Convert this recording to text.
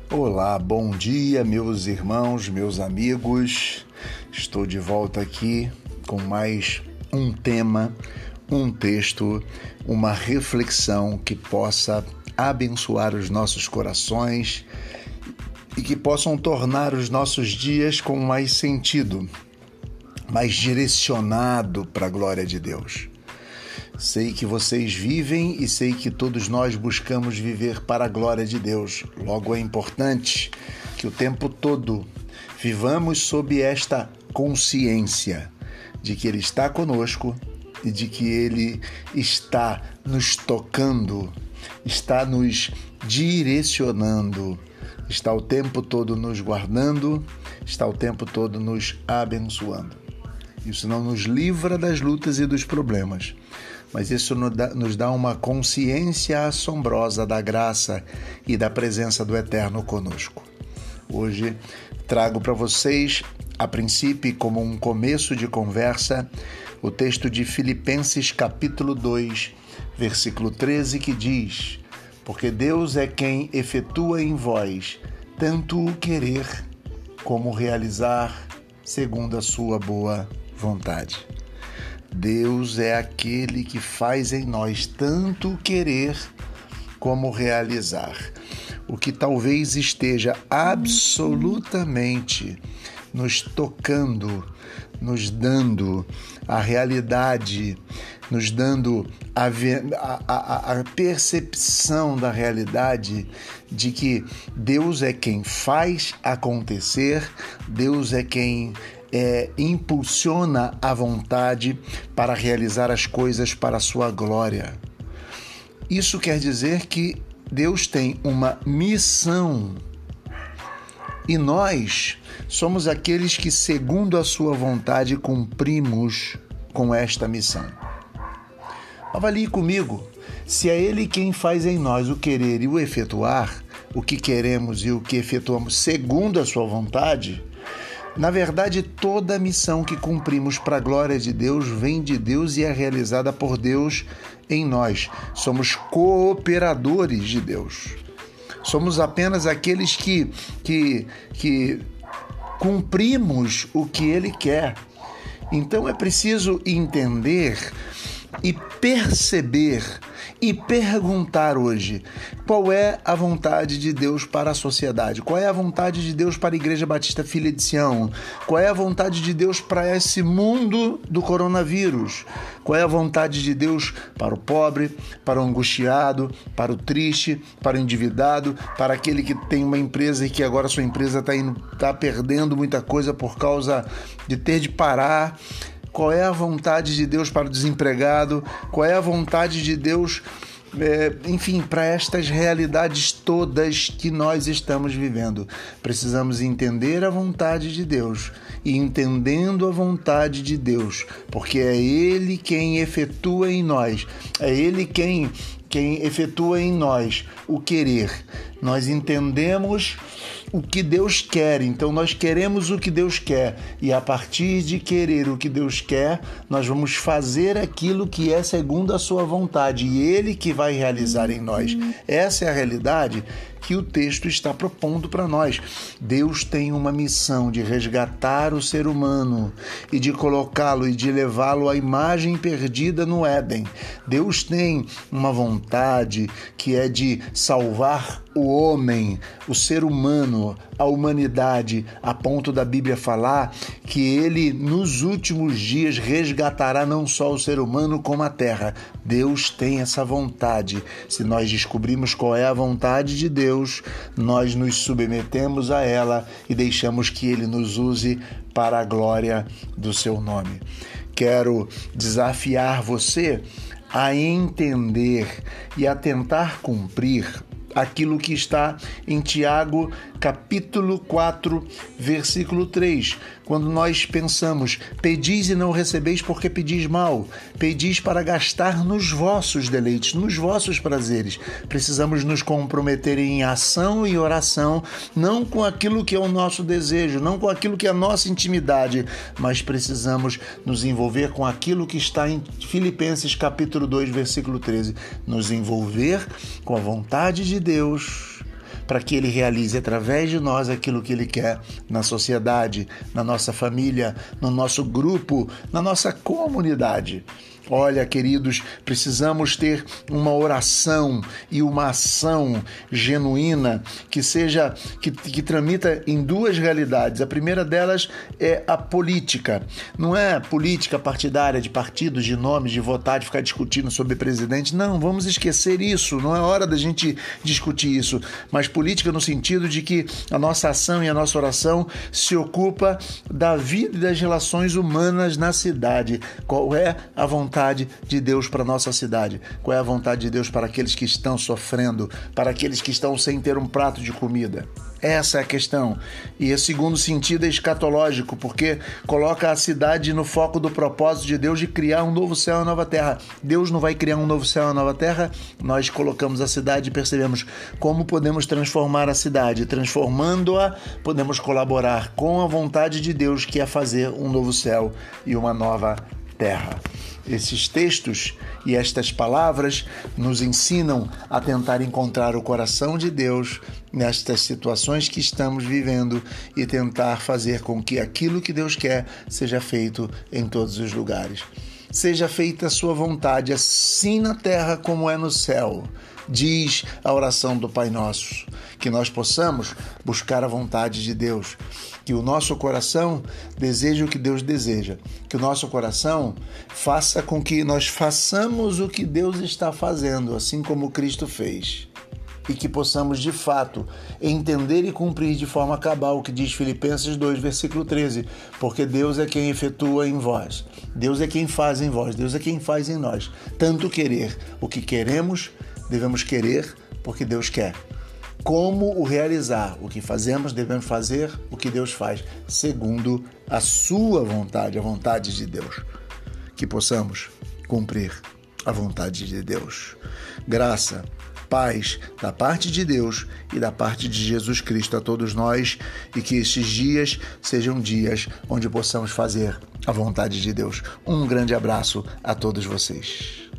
Olá, bom dia, meus irmãos, meus amigos. Estou de volta aqui com mais um tema, um texto, uma reflexão que possa abençoar os nossos corações e que possam tornar os nossos dias com mais sentido, mais direcionado para a glória de Deus. Sei que vocês vivem e sei que todos nós buscamos viver para a glória de Deus. Logo, é importante que o tempo todo vivamos sob esta consciência de que Ele está conosco e de que Ele está nos tocando, está nos direcionando, está o tempo todo nos guardando, está o tempo todo nos abençoando. Isso não nos livra das lutas e dos problemas, mas isso nos dá uma consciência assombrosa da graça e da presença do Eterno conosco. Hoje trago para vocês, a princípio, como um começo de conversa, o texto de Filipenses capítulo 2, versículo 13, que diz: porque Deus é quem efetua em vós tanto o querer como o realizar segundo a sua boa vontade. Deus é aquele que faz em nós tanto querer como realizar. O que talvez esteja absolutamente nos tocando, nos dando a realidade, nos dando a percepção da realidade de que Deus é quem faz acontecer, Deus é quem impulsiona a vontade para realizar as coisas para a sua glória. Isso quer dizer que Deus tem uma missão e nós somos aqueles que, segundo a sua vontade, cumprimos com esta missão. Avalie comigo, se é Ele quem faz em nós o querer e o efetuar, o que queremos e o que efetuamos segundo a sua vontade. Na verdade, toda a missão que cumprimos para a glória de Deus vem de Deus e é realizada por Deus em nós. Somos cooperadores de Deus. Somos apenas aqueles que cumprimos o que Ele quer. Então é preciso entender e perceber e perguntar hoje qual é a vontade de Deus para a sociedade, qual é a vontade de Deus para a Igreja Batista Filha de Sião, qual é a vontade de Deus para esse mundo do coronavírus, qual é a vontade de Deus para o pobre, para o angustiado, para o triste, para o endividado, para aquele que tem uma empresa e que agora sua empresa está perdendo muita coisa por causa de ter de parar. Qual é a vontade de Deus para o desempregado? Qual é a vontade de Deus, enfim, para estas realidades todas que nós estamos vivendo? Precisamos entender a vontade de Deus e, entendendo a vontade de Deus, porque é Ele quem efetua em nós, é Ele quem efetua em nós o querer. Nós entendemos o que Deus quer, então nós queremos o que Deus quer, e a partir de querer o que Deus quer, nós vamos fazer aquilo que é segundo a sua vontade, e Ele que vai realizar em nós. Essa é a realidade que o texto está propondo para nós. Deus tem uma missão de resgatar o ser humano e de colocá-lo e de levá-lo à imagem perdida no Éden. Deus tem uma vontade que é de salvar o homem, o ser humano, a humanidade, a ponto da Bíblia falar que Ele, nos últimos dias, resgatará não só o ser humano, como a terra. Deus tem essa vontade. Se nós descobrimos qual é a vontade de Deus, nós nos submetemos a ela e deixamos que Ele nos use para a glória do seu nome. Quero desafiar você a entender e a tentar cumprir aquilo que está em Tiago, capítulo 4, versículo 3, quando nós pensamos: pedis e não recebeis porque pedis mal, pedis para gastar nos vossos deleites, nos vossos prazeres. Precisamos nos comprometer em ação e oração, não com aquilo que é o nosso desejo, não com aquilo que é a nossa intimidade, mas precisamos nos envolver com aquilo que está em Filipenses capítulo 2, versículo 13, nos envolver com a vontade de Deus, para que Ele realize através de nós aquilo que Ele quer na sociedade, na nossa família, no nosso grupo, na nossa comunidade. Olha, queridos, precisamos ter uma oração e uma ação genuína que tramita em duas realidades. A primeira delas é a política. Não é política partidária de partidos, de nomes, de votar, de ficar discutindo sobre presidente. Não, vamos esquecer isso. Não é hora da gente discutir isso. Mas política no sentido de que a nossa ação e a nossa oração se ocupa da vida e das relações humanas na cidade. Qual é a vontade de Deus para a nossa cidade? Qual é a vontade de Deus para aqueles que estão sofrendo, para aqueles que estão sem ter um prato de comida? Essa é a questão. E o segundo sentido é escatológico, porque coloca a cidade no foco do propósito de Deus de criar um novo céu e uma nova terra. Deus não vai criar um novo céu e uma nova terra? Nós colocamos a cidade e percebemos como podemos transformar a cidade. Transformando-a, podemos colaborar com a vontade de Deus, que é fazer um novo céu e uma nova terra. Esses textos e estas palavras nos ensinam a tentar encontrar o coração de Deus nestas situações que estamos vivendo e tentar fazer com que aquilo que Deus quer seja feito em todos os lugares. Seja feita a sua vontade, assim na terra como é no céu, diz a oração do Pai Nosso. Que nós possamos buscar a vontade de Deus, que o nosso coração deseje o que Deus deseja, que o nosso coração faça com que nós façamos o que Deus está fazendo, assim como Cristo fez. E que possamos, de fato, entender e cumprir de forma cabal o que diz Filipenses 2, versículo 13. Porque Deus é quem efetua em vós. Deus é quem faz em vós. Deus é quem faz em nós. Tanto querer o que queremos, devemos querer porque Deus quer. Como o realizar o que fazemos, devemos fazer o que Deus faz, segundo a sua vontade, a vontade de Deus. Que possamos cumprir a vontade de Deus. Graça, paz da parte de Deus e da parte de Jesus Cristo a todos nós, e que estes dias sejam dias onde possamos fazer a vontade de Deus. Um grande abraço a todos vocês.